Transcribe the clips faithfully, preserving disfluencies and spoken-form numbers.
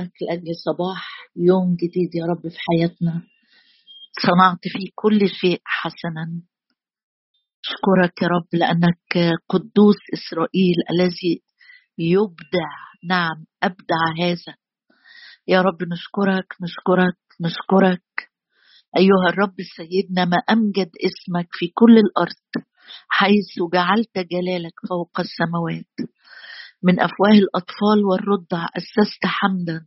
لأجل صباح يوم جديد يا رب في حياتنا، صنعت فيه كل شيء حسنا. أشكرك يا رب لأنك قدوس إسرائيل الذي يبدع. نعم، أبدع هذا يا رب. نشكرك نشكرك نشكرك أيها الرب سيدنا، ما أمجد اسمك في كل الأرض، حيث جعلت جلالك فوق السماوات. من أفواه الأطفال والرضع أسست حمدا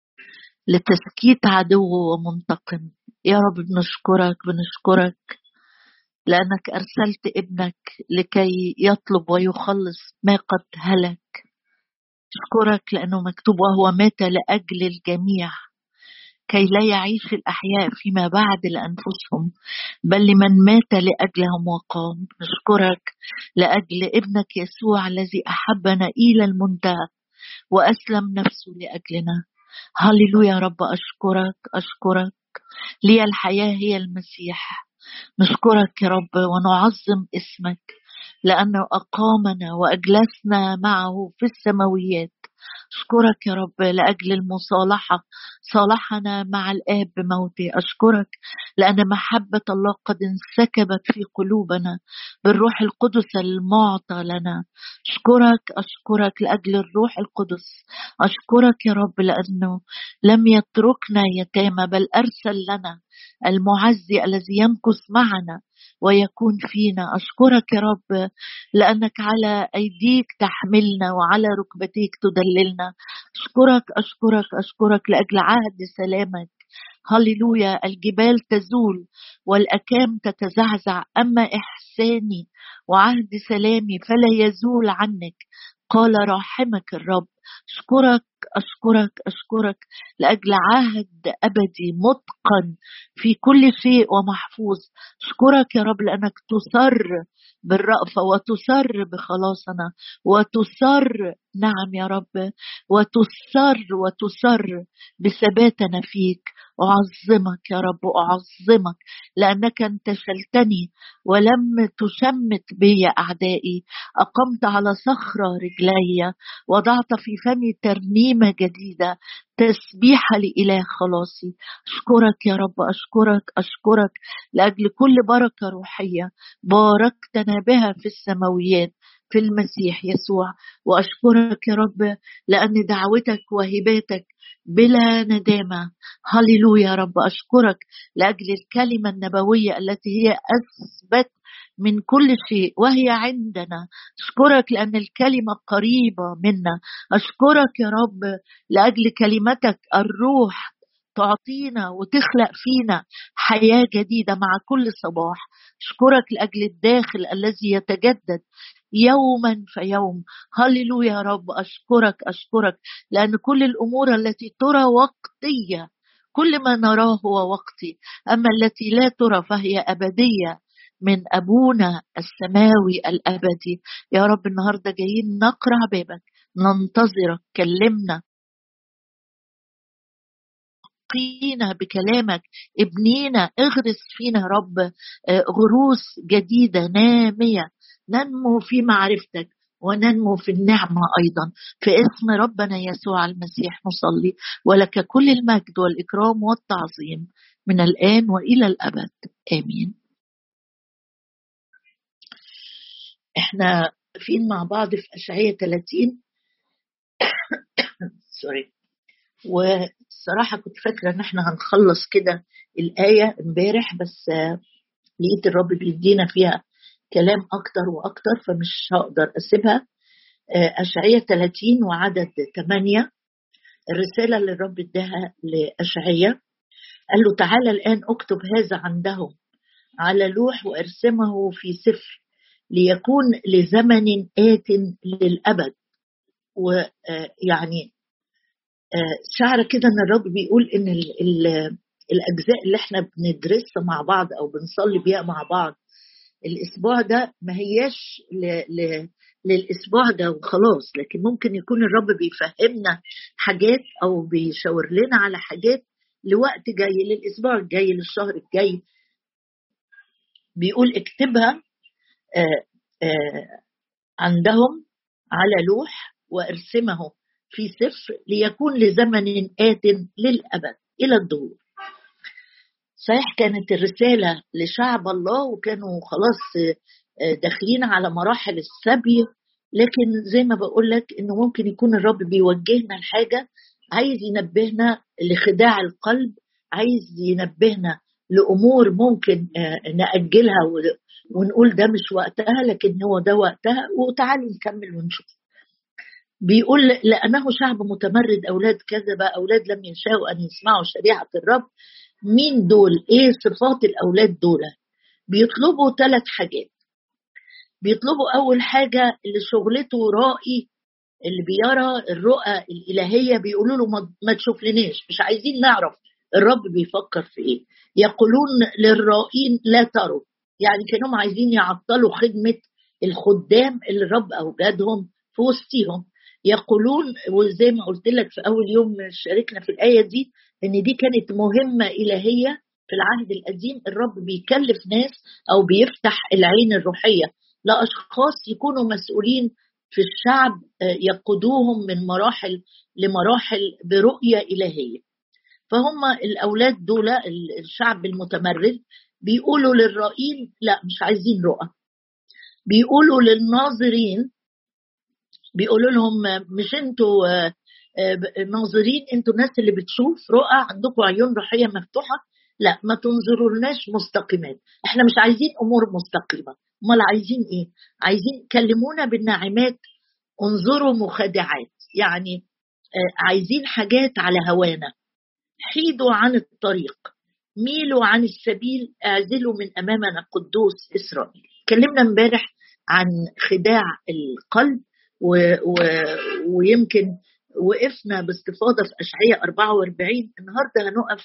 لتسكيت عدو ومنتقم. يا رب بنشكرك بنشكرك لأنك أرسلت ابنك لكي يطلب ويخلص ما قد هلك. أشكرك لأنه مكتوب وهو مات لأجل الجميع كي لا يعيش الأحياء فيما بعد لأنفسهم، بل لمن مات لأجلهم وقام. نشكرك لأجل ابنك يسوع الذي أحبنا إلى المنتهى وأسلم نفسه لأجلنا. هللويا يا رب. أشكرك أشكرك لي الحياة هي المسيح. نشكرك يا رب ونعظم اسمك لأنه أقامنا وأجلسنا معه في السماويات. أشكرك يا رب لأجل المصالحة، صالحنا مع الآب بموته. أشكرك لأن محبة الله قد انسكبت في قلوبنا بالروح القدس المعطى لنا. أشكرك أشكرك لأجل الروح القدس. أشكرك يا رب لأنه لم يتركنا يتامى، بل أرسل لنا المعزي الذي يمكث معنا ويكون فينا. أشكرك يا رب لأنك على أيديك تحملنا وعلى ركبتيك تدللنا. أشكرك أشكرك أشكرك لأجل عهد سلامك. هللويا. الجبال تزول والأكام تتزعزع، أما إحساني وعهد سلامي فلا يزول عنك، قال راحمك الرب. أشكرك أشكرك أشكرك لأجل عهد أبدي متقن في كل شيء ومحفوظ. أشكرك يا رب لأنك تصر بالرأفة وتصر بخلاصنا وتصر، نعم يا رب، وتصر وتصر بثباتنا فيك. أعظمك يا رب أعظمك لأنك انتشلتني ولم تشمت بي أعدائي. أقمت على صخرة رجلي، وضعت في فمي ترنيمة جديدة، تسبيحة لإله خلاصي. أشكرك يا رب أشكرك أشكرك لأجل كل بركة روحية باركتنا بها في السماويات في المسيح يسوع. وأشكرك يا رب لأن دعوتك وهباتك بلا ندامة. هللويا يا رب. أشكرك لأجل الكلمة النبوية التي هي أثبت من كل شيء وهي عندنا. أشكرك لأن الكلمة قريبة منا. أشكرك يا رب لأجل كلمتك الروح تعطينا وتخلق فينا حياة جديدة مع كل صباح. أشكرك لأجل الداخل الذي يتجدد يوما فيوم. هللويا يا رب. أشكرك أشكرك لأن كل الأمور التي ترى وقتية، كل ما نراه هو وقتي، أما التي لا ترى فهي أبدية من أبونا السماوي الأبدي. يا رب النهاردة جايين نقرع بابك، ننتظرك. كلمنا، قينا بكلامك، ابنينا، اغرس فينا يا رب غروس جديدة نامية، ننمو في معرفتك وننمو في النعمة أيضا. في اسم ربنا يسوع المسيح نصلي، ولك كل المجد والإكرام والتعظيم من الآن وإلى الأبد آمين. احنا فين مع بعض في أشعية ثلاثين سوري. والصراحة كنت فاكرة ان احنا هنخلص كده الآية امبارح، بس لقيت الرب بيدينا فيها كلام أكتر وأكتر فمش هقدر أسيبها. أشعية ثلاثين وعدد ثمانية، الرسالة اللي الرب اداها لأشعية، قال له تعالى الآن اكتب هذا عندهم على لوح وارسمه في سفر ليكون لزمن آت للأبد. ويعني شعر كده ان الرب بيقول ان ال ال الأجزاء اللي احنا بندرسها مع بعض أو بنصلي بيها مع بعض الأسبوع ده ما هياش ل ل للأسبوع ده وخلاص، لكن ممكن يكون الرب بيفهمنا حاجات أو بيشاور لنا على حاجات لوقت جاي، للأسبوع الجاي، للشهر الجاي. بيقول اكتبها آآ آآ عندهم على لوح وارسمه في سفر ليكون لزمن آت للأبد إلى الدهور. صحيح كانت الرسالة لشعب الله وكانوا خلاص داخلين على مراحل السبي، لكن زي ما بقول لك إنه ممكن يكون الرب بيوجهنا لحاجة، عايز ينبهنا لخداع القلب، عايز ينبهنا لأمور ممكن نأجلها ونقول ده مش وقتها، لكن هو ده وقتها. وتعالوا نكمل ونشوف. بيقول لأنه شعب متمرد، أولاد كذبة، أولاد لم يشاءوا أن يسمعوا شريعة الرب. مين دول؟ إيه صفات الأولاد دول؟ بيطلبوا ثلاث حاجات. بيطلبوا أول حاجة اللي شغلته رائي، اللي بيرى الرؤى الإلهية، بيقولوا له ما تشوف لناش، مش عايزين نعرف الرب بيفكر في إيه. يقولون للرائين لا تروا، يعني كانوا عايزين يعطلوا خدمة الخدام اللي الرب أوجدهم في وسطهم. يقولون، وزي ما قلت لك في أول يوم شاركنا في الآية دي، إن دي كانت مهمة إلهية في العهد القديم. الرب بيكلف ناس أو بيفتح العين الروحية لأشخاص يكونوا مسؤولين في الشعب، يقودوهم من مراحل لمراحل برؤية إلهية. فهم الأولاد دول الشعب المتمرد بيقولوا للرائين لا مش عايزين رؤى. بيقولوا للناظرين، بيقولوا لهم مش انتوا ناظرين، انتوا الناس اللي بتشوف رؤى، عندكم عيون روحية مفتوحة، لا ما تنظروناش مستقيمات، احنا مش عايزين امور مستقيمة. امال عايزين ايه؟ عايزين كلمونا بالناعمات، انظروا مخادعات، يعني عايزين حاجات على هوانا. حيدوا عن الطريق، ميلوا عن السبيل، اعزلوا من امامنا قدوس اسرائيل. اتكلمنا امبارح عن خداع القلب و... و... ويمكن وقفنا باستفاضة في أشعياء أربعة وأربعين. النهاردة هنقف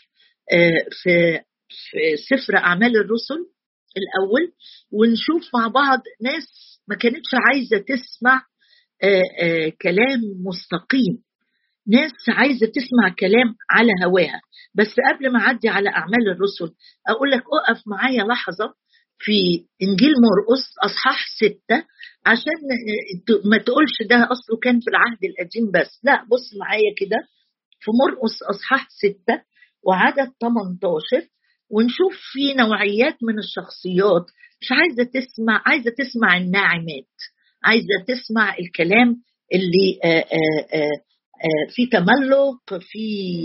في في سفر أعمال الرسل الأول، ونشوف مع بعض ناس ما كانتش عايزة تسمع آآ آآ كلام مستقيم، ناس عايزة تسمع كلام على هواها. بس قبل ما أعدي على أعمال الرسل أقول لك أقف معايا لحظة في إنجيل مرقس أصحاح ستة، عشان ما تقولش ده أصله كان في العهد القديم بس، لا بص معايا كده في مرقس أصحاح ستة وعدد ثمانية عشر، ونشوف في نوعيات من الشخصيات مش عايزة تسمع، عايزة تسمع الناعمات، عايزة تسمع الكلام اللي آآ آآ آآ في تملق، في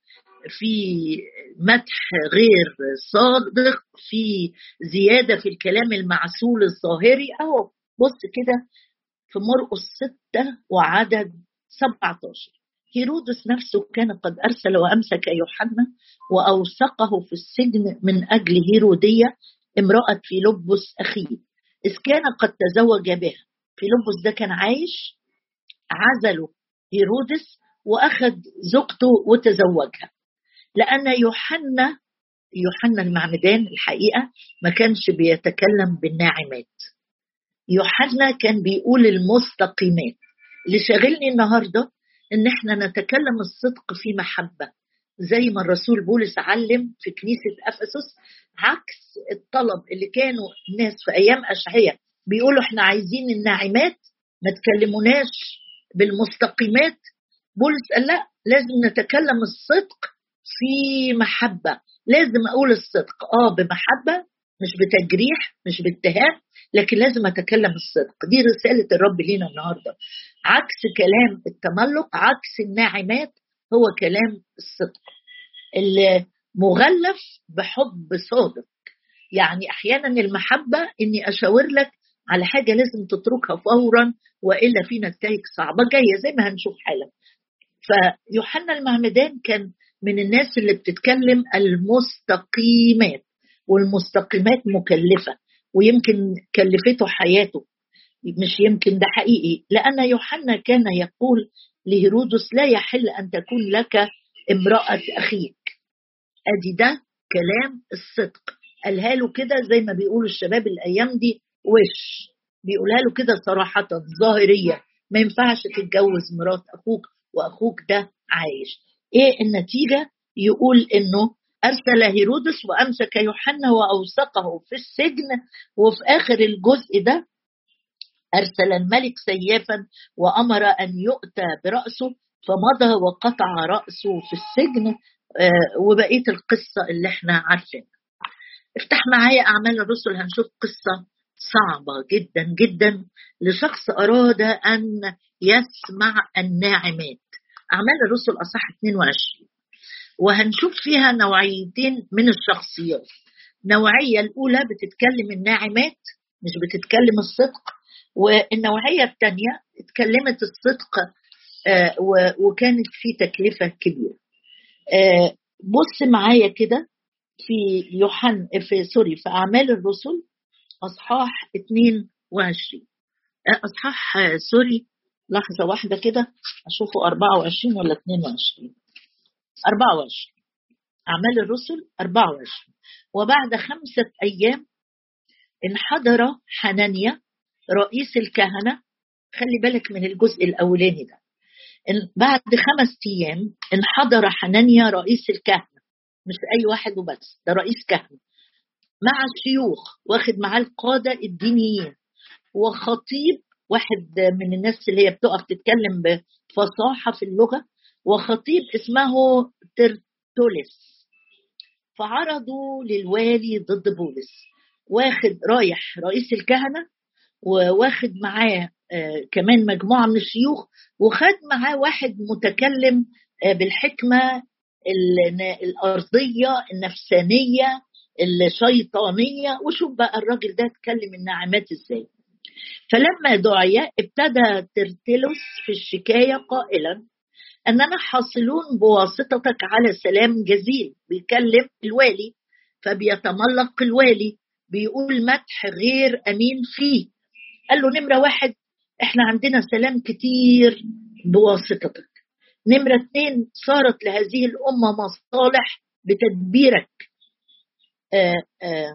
في مدح غير صادق، في زيادة في الكلام المعسول الظاهري. أهو بص كده في مرقس ستة وعدد سبعة عشر. هيرودس نفسه كان قد أرسل وأمسك يوحنا وأوثقه في السجن من أجل هيرودية امرأة فيلبس أخيه، إذ كان قد تزوج بها. فيلبس ده كان عايش، عزله هيرودس وأخذ زوجته وتزوجها، لأن يوحنا يوحنا المعمدان الحقيقة ما كانش بيتكلم بالناعمات، يوحنا كان بيقول المستقيمات. اللي شاغلني النهاردة إن احنا نتكلم الصدق في محبة، زي ما الرسول بولس علم في كنيسة أفسس، عكس الطلب اللي كانوا الناس في أيام أشعياء بيقولوا احنا عايزين الناعمات، ما تكلموناش بالمستقيمات. بولس قال لا، لازم نتكلم الصدق في محبة، لازم أقول الصدق آه بمحبة، مش بتجريح مش باتهام، لكن لازم أتكلم الصدق. دي رسالة الرب لينا النهاردة، عكس كلام التملق، عكس الناعمات، هو كلام الصدق اللي مغلف بحب صادق. يعني أحيانا المحبة إني أشاور لك على حاجة لازم تتركها فورا، وإلا في نتائج صعبة جاية زي ما هنشوف حالا. فيوحنا المعمدان كان من الناس اللي بتتكلم المستقيمات، والمستقيمات مكلفة، ويمكن كلفته حياته، مش يمكن ده حقيقي، لأن يوحنا كان يقول لهيرودس لا يحل أن تكون لك امرأة أخيك. أدي ده كلام الصدق، قالها له كده زي ما بيقولوا الشباب الأيام دي، وش بيقولها له كده صراحة ظاهرية، ما ينفعش تتجوز مرات أخوك وأخوك ده عايش. إيه النتيجة؟ يقول إنه أرسل هيرودس وأمسك يوحنا وأوثقه في السجن، وفي آخر الجزء ده أرسل الملك سيافا وأمر أن يؤتى برأسه فمضى وقطع رأسه في السجن. وبقية القصة اللي احنا عارفين. افتح معايا أعمال الرسل، هنشوف قصة صعبة جدا جدا لشخص أراد أن يسمع الناعمات. أعمال الرسل أصح اثنين وعشرين، وهنشوف فيها نوعيتين من الشخصيات. نوعية الأولى بتتكلم الناعمات، مش بتتكلم الصدق، والنوعية الثانية اتكلمت الصدق آه وكانت في تكلفة كبيرة. آه بص معايا كده في يوحنا في سوري في أعمال الرسل أصحاح اثنين وعشرين، آه أصحاح آه سوري لحظة واحدة كده أشوفه أربعة وعشرين ولا اثنين وعشرين. أربعة وعشرين، أعمال الرسل أربعة وعشرين. وبعد خمسة أيام انحدر حنانيا رئيس الكهنة. خلي بالك من الجزء الأولاني ده. بعد خمس أيام انحدر حنانيا رئيس الكهنة، مش أي واحد وبس، ده رئيس كهنة، مع الشيوخ، واخد معاه القادة الدينيين وخطيب، واحد من الناس اللي هي بتقف تتكلم بفصاحة في اللغة، وخطيب اسمه ترتولس. فعرضوا للوالي ضد بولس. واخد رايح رئيس الكهنة، وواخد معاه آه كمان مجموعة من الشيوخ، وخد معاه واحد متكلم آه بالحكمة الأرضية النفسانية الشيطانية. وشوف بقى الراجل ده اتكلم النعمات ازاي. فلما دعي ابتدى ترتلس في الشكاية قائلا أننا حاصلون بواسطتك على سلام جزيل. بيكلم الوالي، فبيتملق الوالي، بيقول مدح غير أمين فيه. قال له نمرة واحد احنا عندنا سلام كتير بواسطتك. نمرة اتنين صارت لهذه الأمة مصالح بتدبيرك. آآ آآ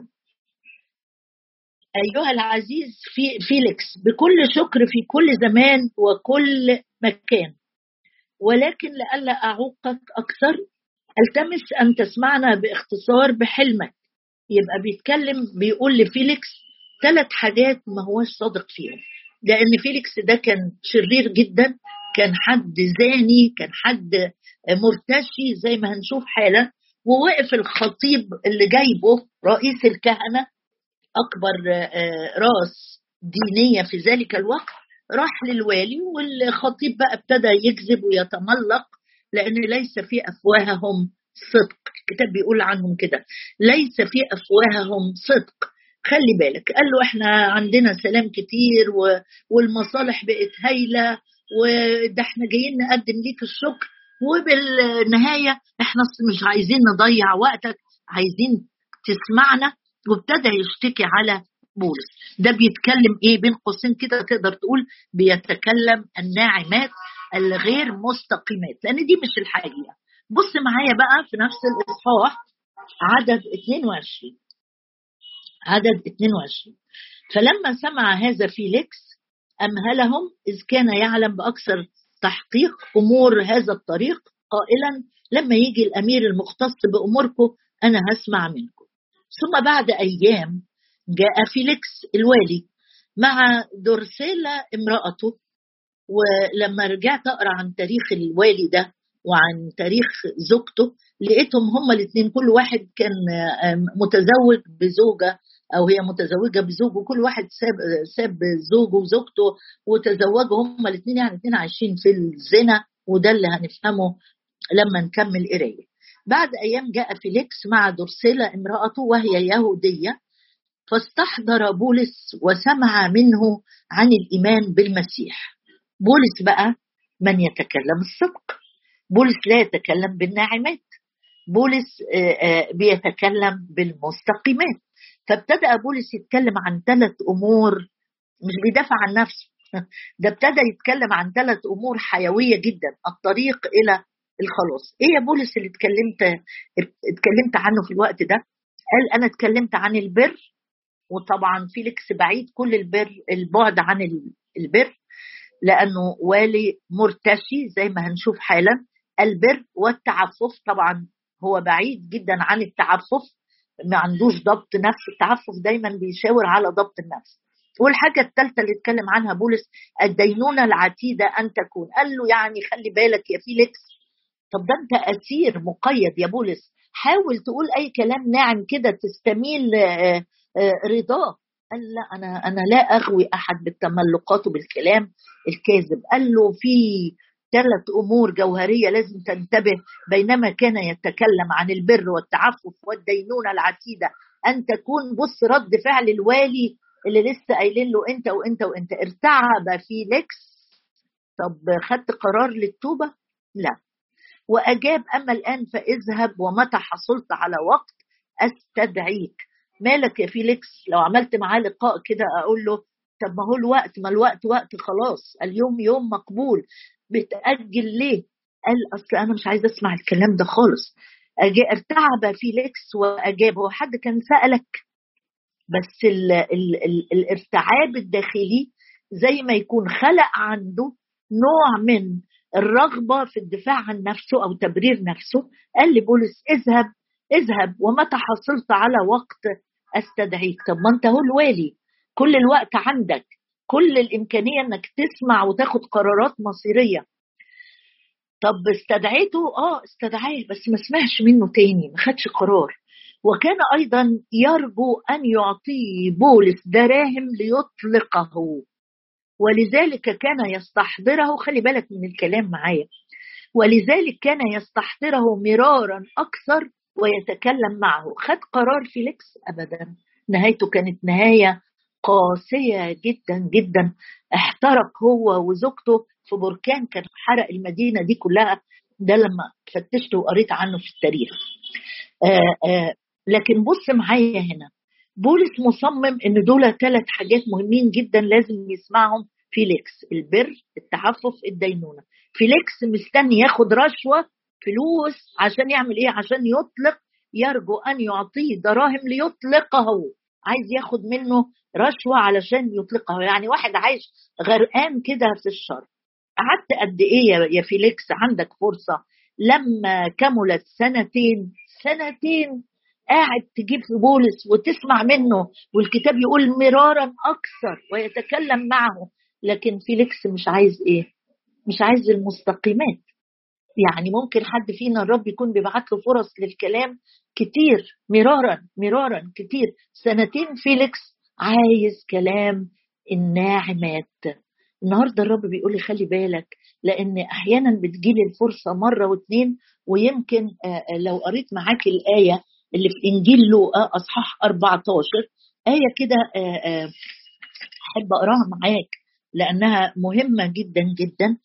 أيها العزيز في فيليكس، بكل شكر في كل زمان وكل مكان، ولكن لئلا أعوقك أكثر التمس أن تسمعنا باختصار بحلمك. يبقى بيتكلم بيقول لفيليكس ثلاث حاجات ما هوش صادق فيهم، لأن فيليكس ده كان شرير جدا، كان حد زاني، كان حد مرتشي زي ما هنشوف حالا. ووقف الخطيب اللي جايبه رئيس الكهنة، أكبر رأس دينية في ذلك الوقت، راح للوالي، والخطيب بقى ابتدى يكذب ويتملق، لأن ليس في أفواههم صدق. الكتاب بيقول عنهم كده، ليس في أفواههم صدق. خلي بالك، قال له احنا عندنا سلام كتير والمصالح بقت هايلة، وده احنا جايين نقدم ليك الشكر، وبالنهاية احنا مش عايزين نضيع وقتك، عايزين تسمعنا. وابتدى يشتكي على بولس. ده بيتكلم ايه بين قوسين كده، تقدر تقول بيتكلم الناعمات الغير مستقيمات، لان دي مش الحقيقة. بص معايا بقى في نفس الإصحاح عدد اثنين وعشرين، عدد اثنين وعشرين. فلما سمع هذا فيليكس أمهلهم، إذ كان يعلم بأكثر تحقيق أمور هذا الطريق، قائلا لما يجي الأمير المختص بأموركم أنا هسمع منكم. ثم بعد أيام جاء فيليكس الوالي مع درسيلا امرأته. ولما رجعت أقرأ عن تاريخ الوالي ده وعن تاريخ زوجته، لقيتهم هما الاثنين كل واحد كان متزوج بزوجة، أو هي متزوجة بزوج، وكل واحد ساب ساب زوجه وزوجته وتزوجوا هما الاثنين، يعني الاثنين عايشين في الزنا. وده اللي هنفهمه لما نكمل قراية. بعد أيام جاء فيليكس مع درسيلا امرأته وهي يهودية، فاستحضر بولس وسمع منه عن الإيمان بالمسيح. بولس بقى من يتكلم الصدق، بولس لا يتكلم بالناعمات، بولس بيتكلم بالمستقيمات. فابتدأ بولس يتكلم عن ثلاث أمور، مش بيدافع عن نفسه، ده ابتدى يتكلم عن ثلاث أمور حيوية جدا، الطريق إلى الخلاص. إيه يا بولس اللي اتكلمت اتكلمت عنه في الوقت ده؟ قال أنا اتكلمت عن البر، وطبعا فيليكس بعيد كل البر البعد عن البر، لأنه والي مرتشي زي ما هنشوف حالا. البر والتعفف، طبعا هو بعيد جدا عن التعفف، ما عندوش ضبط نفس. التعفف دايما بيشاور على ضبط النفس. والحاجة الثالثة اللي اتكلم عنها بولس الدينونة العتيدة أن تكون. قال له يعني خلي بالك يا فيليكس، طب ده أنت أسير مقيد يا بولس، حاول تقول أي كلام ناعم كده تستميل رضاه. قال لا، أنا أنا لا أغوي أحد بالتملقات وبالكلام الكاذب. قال له في ثلاث أمور جوهرية لازم تنتبه بينما كان يتكلم عن البر والتعفف والدينونة العتيدة أن تكون. بص رد فعل الوالي اللي لسه قايلين له انت وانت وانت. ارتعب فيليكس. طب خدت قرار للتوبة؟ لا. واجاب اما الان فاذهب ومتى حصلت على وقت استدعيك. مالك يا فيليكس؟ لو عملت معاه لقاء كده اقول له طب ما هو الوقت، ما الوقت وقت خلاص، اليوم يوم مقبول، بتأجل ليه؟ قال اصل انا مش عايز اسمع الكلام ده خالص. ارتعب فيليكس واجاب. هو حد كان سألك؟ بس ال ال ال الارتعاب الداخلي زي ما يكون خلق عنده نوع من الرغبة في الدفاع عن نفسه أو تبرير نفسه. قال لبولس اذهب اذهب ومتى حصلت على وقت استدعيك. طب ما انت هو الوالي، كل الوقت عندك، كل الإمكانية انك تسمع وتاخد قرارات مصيرية. طب استدعيته؟ اه استدعاه، بس ما سمعش منه تاني، ما خدش قرار. وكان أيضا يرجو أن يعطيه بولس دراهم ليطلقه، ولذلك كان يستحضره. خلي بالك من الكلام معايا. ولذلك كان يستحضره مرارا أكثر ويتكلم معه. خد قرار فيليكس؟ أبدا. نهايته كانت نهاية قاسية جدا جدا. احترق هو وزوجته في بركان كان حرق المدينة دي كلها. ده لما فتشت وقريت عنه في التاريخ. آآ آآ لكن بص معايا هنا، بولس مصمم ان دول ثلاث حاجات مهمين جدا لازم يسمعهم فيليكس: البر، التعفف، الدينونة. فيليكس مستني ياخد رشوة فلوس عشان يعمل ايه؟ عشان يطلق. يرجو ان يعطيه دراهم ليطلقه، عايز ياخد منه رشوة علشان يطلقه. يعني واحد عايش غرقان كده في الشر. قعدت قد ايه يا فيليكس عندك فرصة؟ لما كملت سنتين سنتين قاعد تجيب في بولس وتسمع منه، والكتاب يقول مرارا أكثر ويتكلم معه. لكن فيليكس مش عايز ايه؟ مش عايز المستقيمات. يعني ممكن حد فينا الرب يكون بيبعت له فرص للكلام كتير، مرارا مرارا كتير. سنتين فيليكس عايز كلام الناعمات. النهارده الرب بيقول لي خلي بالك، لان احيانا بتجيلي الفرصه مره واتنين. ويمكن لو قريت معاك الايه اللي في انجيل لوقا اصحاح أربعتاشر، ايه كده احب اقراها معاك لانها مهمه جدا جدا.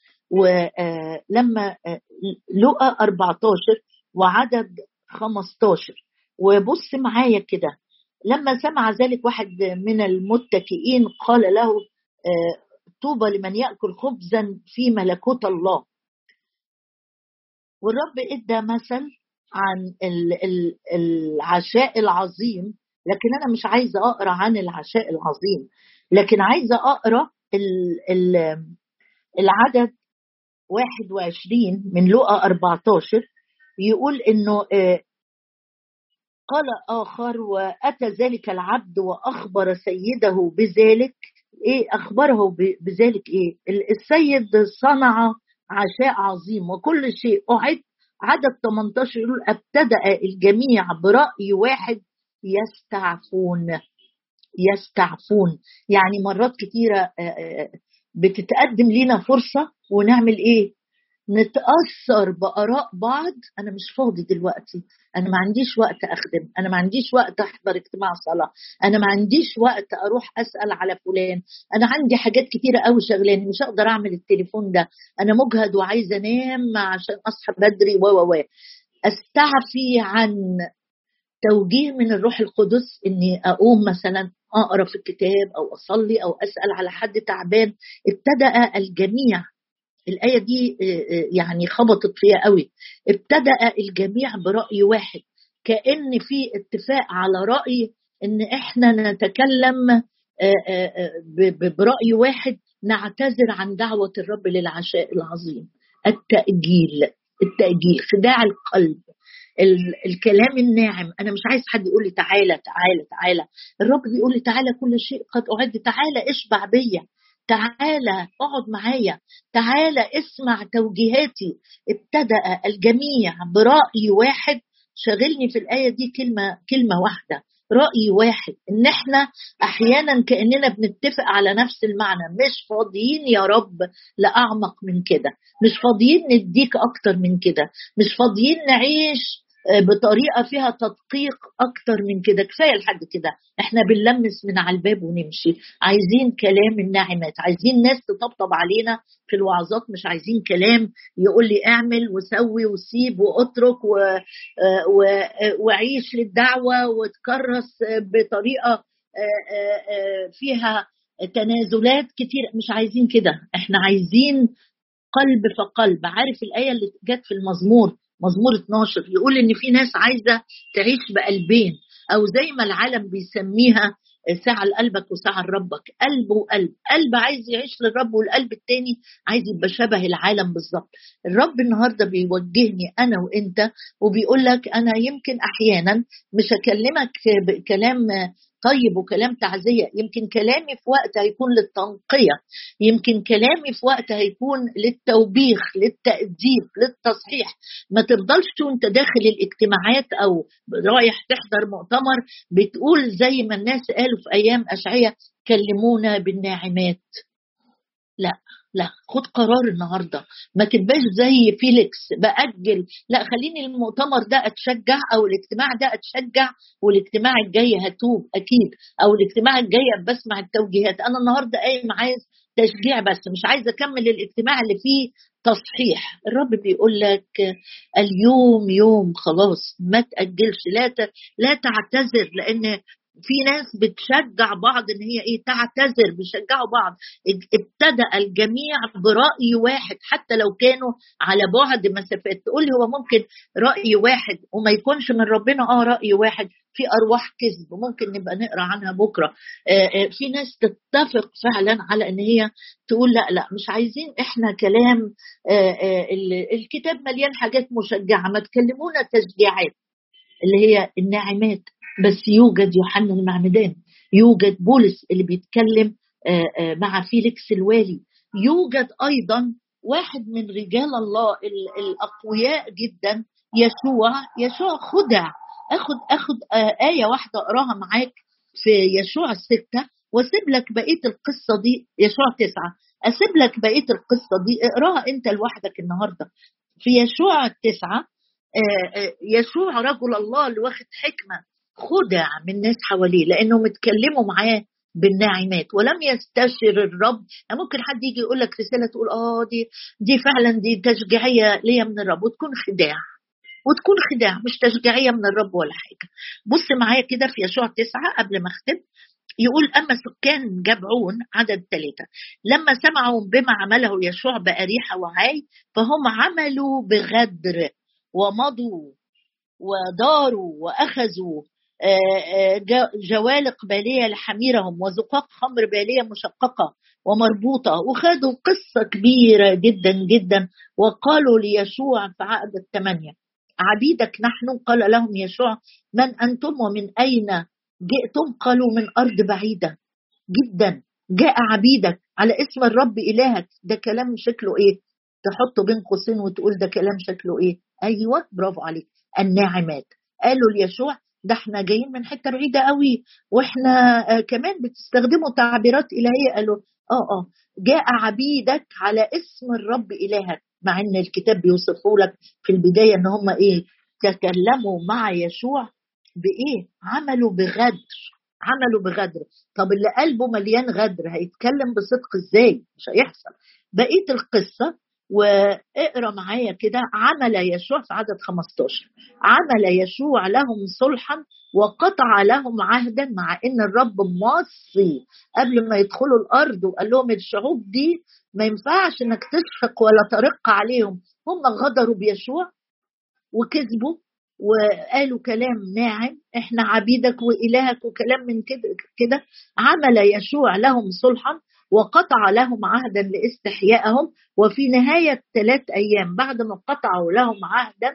ولما لوقا أربعتاشر وعدد خمستاشر، وبص معايا كده. لما سمع ذلك واحد من المتكئين قال له طوبى لمن يأكل خبزا في ملكوت الله. والرب ادى مثل عن العشاء العظيم، لكن انا مش عايزه اقرا عن العشاء العظيم، لكن عايزه اقرا العدد واحد وعشرين من لوقا أربعتاشر. يقول انه قال آخر وأتى ذلك العبد وأخبر سيده بذلك. إيه أخبره بذلك؟ إيه؟ السيد صنع عشاء عظيم وكل شيء أعد. عدد ثمانية عشر يقول ابتدأ الجميع برأي واحد يستعفون. يستعفون يعني مرات كتيرة بتتقدم لنا فرصة ونعمل إيه؟ نتأثر بآراء بعض. أنا مش فاضي دلوقتي، أنا ما عنديش وقت أخدم، أنا ما عنديش وقت أحضر اجتماع صلاة، أنا ما عنديش وقت أروح أسأل على فلان، أنا عندي حاجات كتيرة قوي شغلاني، مش هقدر أعمل التليفون ده، أنا مجهد وعايزة أنام عشان أصحى بدري و و و أستعفي عن توجيه من الروح القدس إني أقوم مثلا أقرأ في الكتاب أو أصلي أو أسأل على حد تعبان. ابتدأ الجميع. الآية دي يعني خبطت فيها قوي. ابتدأ الجميع برأي واحد، كأن في اتفاق على رأي إن إحنا نتكلم برأي واحد، نعتذر عن دعوة الرب للعشاء العظيم. التأجيل التأجيل خداع القلب. الكلام الناعم. أنا مش عايز حد يقول لي تعالى تعالى تعالى، الرب بيقول لي تعالى كل شيء قد أعد، تعالى اشبع بيا، تعالى اقعد معايا، تعالى اسمع توجيهاتي. ابتدأ الجميع برأي واحد. شغلني في الآية دي كلمة كلمة واحدة، رأي واحد. ان احنا احيانا كأننا بنتفق على نفس المعنى. مش فاضيين يا رب لأعمق من كده، مش فاضيين نديك اكتر من كده، مش فاضيين نعيش بطريقة فيها تدقيق أكتر من كده. كفاية لحد كده، احنا بنلمس من على الباب ونمشي. عايزين كلام الناعمات، عايزين ناس تطبطب علينا في الوعظات، مش عايزين كلام يقول لي اعمل وسوي وسيب واترك و... و... وعيش للدعوة وتكرس بطريقة فيها تنازلات كتير. مش عايزين كده، احنا عايزين قلب فقلب. عارف الآية اللي جت في المزمور، مزمور اتناشر، يقول إن في ناس عايزة تعيش بقلبين، أو زي ما العالم بيسميها ساعة لقلبك وساعة لربك. قلب وقلب، قلب عايز يعيش للرب، والقلب التاني عايز يبقى شبه العالم بالظبط. الرب النهاردة بيوجهني أنا وإنت، وبيقول لك أنا يمكن أحيانا مش هكلمك بكلام طيب وكلام تعزية، يمكن كلامي في وقت هيكون للتنقية، يمكن كلامي في وقت هيكون للتوبيخ، للتأديب، للتصحيح. ما تفضلش وانت داخل الاجتماعات أو رايح تحضر مؤتمر بتقول زي ما الناس قالوا في أيام أشعية كلمونا بالناعمات. لا لا، خد قرار النهاردة، ما تبقاش زي فيليكس بأجل. لا، خليني المؤتمر ده أتشجع، أو الاجتماع ده أتشجع، والاجتماع الجاي هتوب أكيد، أو الاجتماع الجاي بسمع التوجيهات. أنا النهاردة قايم عايز تشجيع بس، مش عايز أكمل الاجتماع اللي فيه تصحيح. الرب بيقول لك اليوم يوم، خلاص ما تأجلش، لا ت... لا تعتذر، لأن في ناس بتشجع بعض ان هي ايه تعتذر، بيشجعوا بعض. ابتدأ الجميع برأي واحد حتى لو كانوا على بعد مسافات. تقول لي هو ممكن رأي واحد وما يكونش من ربنا؟ اه رأي واحد في أرواح كذب، ممكن نبقى نقرأ عنها بكرة. آه في ناس تتفق فعلا على ان هي تقول لا لا مش عايزين احنا كلام. آه آه الكتاب مليان حاجات مشجعة، ما تكلمونا تشجيعات اللي هي الناعمات. بس يوجد يوحنا المعمدان، يوجد بولس اللي بيتكلم مع فيليكس الوالي، يوجد أيضا واحد من رجال الله الأقوياء جدا، يشوع. يشوع خدع. أخد أخد آية واحدة أقراها معاك في يشوع الستة، واسيب لك بقية القصة دي. يشوع تسعة، أسيب لك بقية القصة دي اقراها أنت لوحدك النهاردة. في يشوع التسعة، يشوع رجل الله اللي واخد حكمة خدع من ناس حواليه لأنه متكلموا معاه بالناعمات ولم يستشر الرب. يعني ممكن حد يجي يقول لك رسالة تقول آه دي دي فعلا دي تشجيعية ليا من الرب، وتكون خداع، وتكون خداع مش تشجيعية من الرب ولا حاجة. بص معايا كده في يشوع تسعة قبل ما اختم، يقول أما سكان جبعون عدد ثلاثة لما سمعوا بما عمله يشوع بأريحة وعاي فهم عملوا بغدر ومضوا وداروا وأخذوا جوالق بالية لحميرهم وزقاق خمر بالية مشققة ومربوطة، وخدوا قصة كبيرة جدا جدا. وقالوا ليشوع في عقد الثمانية عبيدك نحن. قال لهم يشوع من أنتم ومن أين جئتم؟ قالوا من أرض بعيدة جدا جاء عبيدك على اسم الرب إلهك. ده كلام شكله إيه؟ تحطه بين قوسين وتقول ده كلام شكله إيه؟ أيوة برافو عليك، الناعمات. قالوا ليشوع ده احنا جايين من حتة بعيدة قوي، واحنا آه كمان بتستخدموا تعبيرات إلهية. قالوا اه اه جاء عبيدك على اسم الرب إلهك، مع ان الكتاب بيوصفه لك في البداية ان هم ايه تكلموا مع يشوع بايه؟ عملوا بغدر، عملوا بغدر. طب اللي قلبه مليان غدر هيتكلم بصدق ازاي؟ مش هيحصل. بقية القصة واقرا معايا كده. عمل يشوع في عدد خمستاشر عمل يشوع لهم صلحا وقطع لهم عهدا، مع ان الرب موصي قبل ما يدخلوا الارض وقال لهم الشعوب دي ما ينفعش انك تشفق ولا ترق عليهم. هم غدروا بيشوع وكذبوا وقالوا كلام ناعم، احنا عبيدك وإلهك وكلام من كده كده. عمل يشوع لهم صلحا وقطع لهم عهدا لاستحيائهم. وفي نهاية ثلاث أيام بعد ما قطعوا لهم عهدا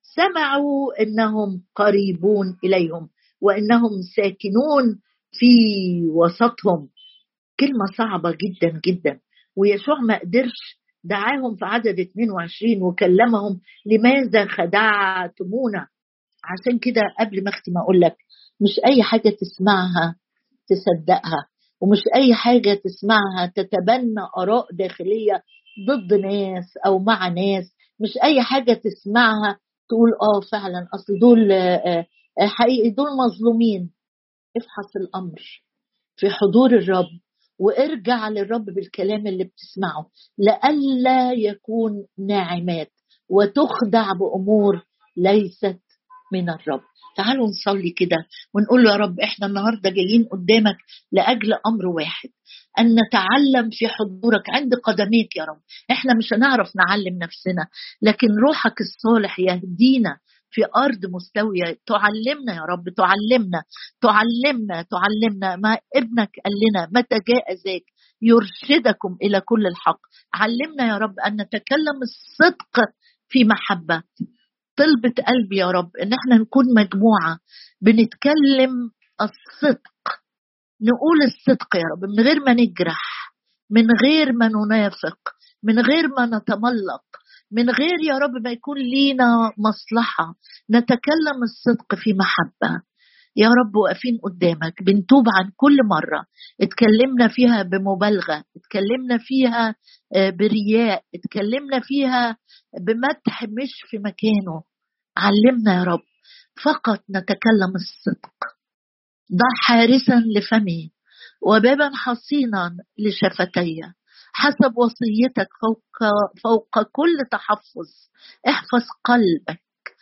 سمعوا إنهم قريبون إليهم وإنهم ساكنون في وسطهم. كلمة صعبة جدا جدا. ويسوع ما قدرش، دعاهم في عدد اثنين وعشرين وكلمهم: لماذا خدعتمونا؟ عشان كده قبل ما اختم اقول لك، مش اي حاجة تسمعها تصدقها، ومش اي حاجة تسمعها تتبنى اراء داخلية ضد ناس او مع ناس. مش اي حاجة تسمعها تقول اه فعلا اصل دول آه حقيقي دول مظلومين. افحص الامر في حضور الرب، وارجع للرب بالكلام اللي بتسمعه، لئلا يكون ناعمات وتخدع بأمور ليست من الرب. تعالوا نصلي كده ونقول له: يا رب احنا النهاردة جايين قدامك لأجل أمر واحد، أن نتعلم في حضورك عند قدميك يا رب. احنا مش هنعرف نعلم نفسنا، لكن روحك الصالح يهدينا في أرض مستوية. تعلمنا يا رب، تعلمنا تعلمنا تعلمنا. ما ابنك قال لنا: متى جاء ذاك يرشدكم إلى كل الحق. علمنا يا رب أن نتكلم الصدق في محبة. طلبة قلبي يا رب إن احنا نكون مجموعة بنتكلم الصدق، نقول الصدق يا رب من غير ما نجرح، من غير ما ننافق، من غير ما نتملق، من غير يا رب ما يكون لينا مصلحة. نتكلم الصدق في محبة يا رب. واقفين قدامك بنتوب عن كل مرة اتكلمنا فيها بمبالغة، اتكلمنا فيها برياء، اتكلمنا فيها بمدح مش في مكانه. علمنا يا رب فقط نتكلم الصدق. ضع حارسا لفمي وبابا حصينا لشفتي، حسب وصيتك فوق فوق كل تحفظ. احفظ قلبك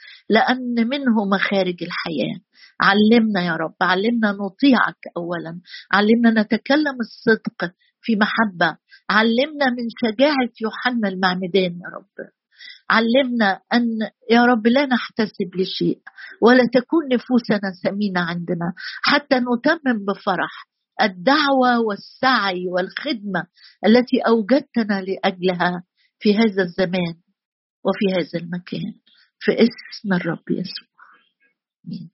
لأن منه مخارج الحياة. علمنا يا رب، علمنا نطيعك أولا، علمنا نتكلم الصدق في محبة، علمنا من شجاعة يوحنا المعمدان يا رب. علمنا أن يا رب لا نحتسب لشيء ولا تكون نفوسنا ثمينة عندنا، حتى نتمم بفرح الدعوة والسعي والخدمة التي أوجدتنا لأجلها في هذا الزمان وفي هذا المكان، في اسم الرب يسوع.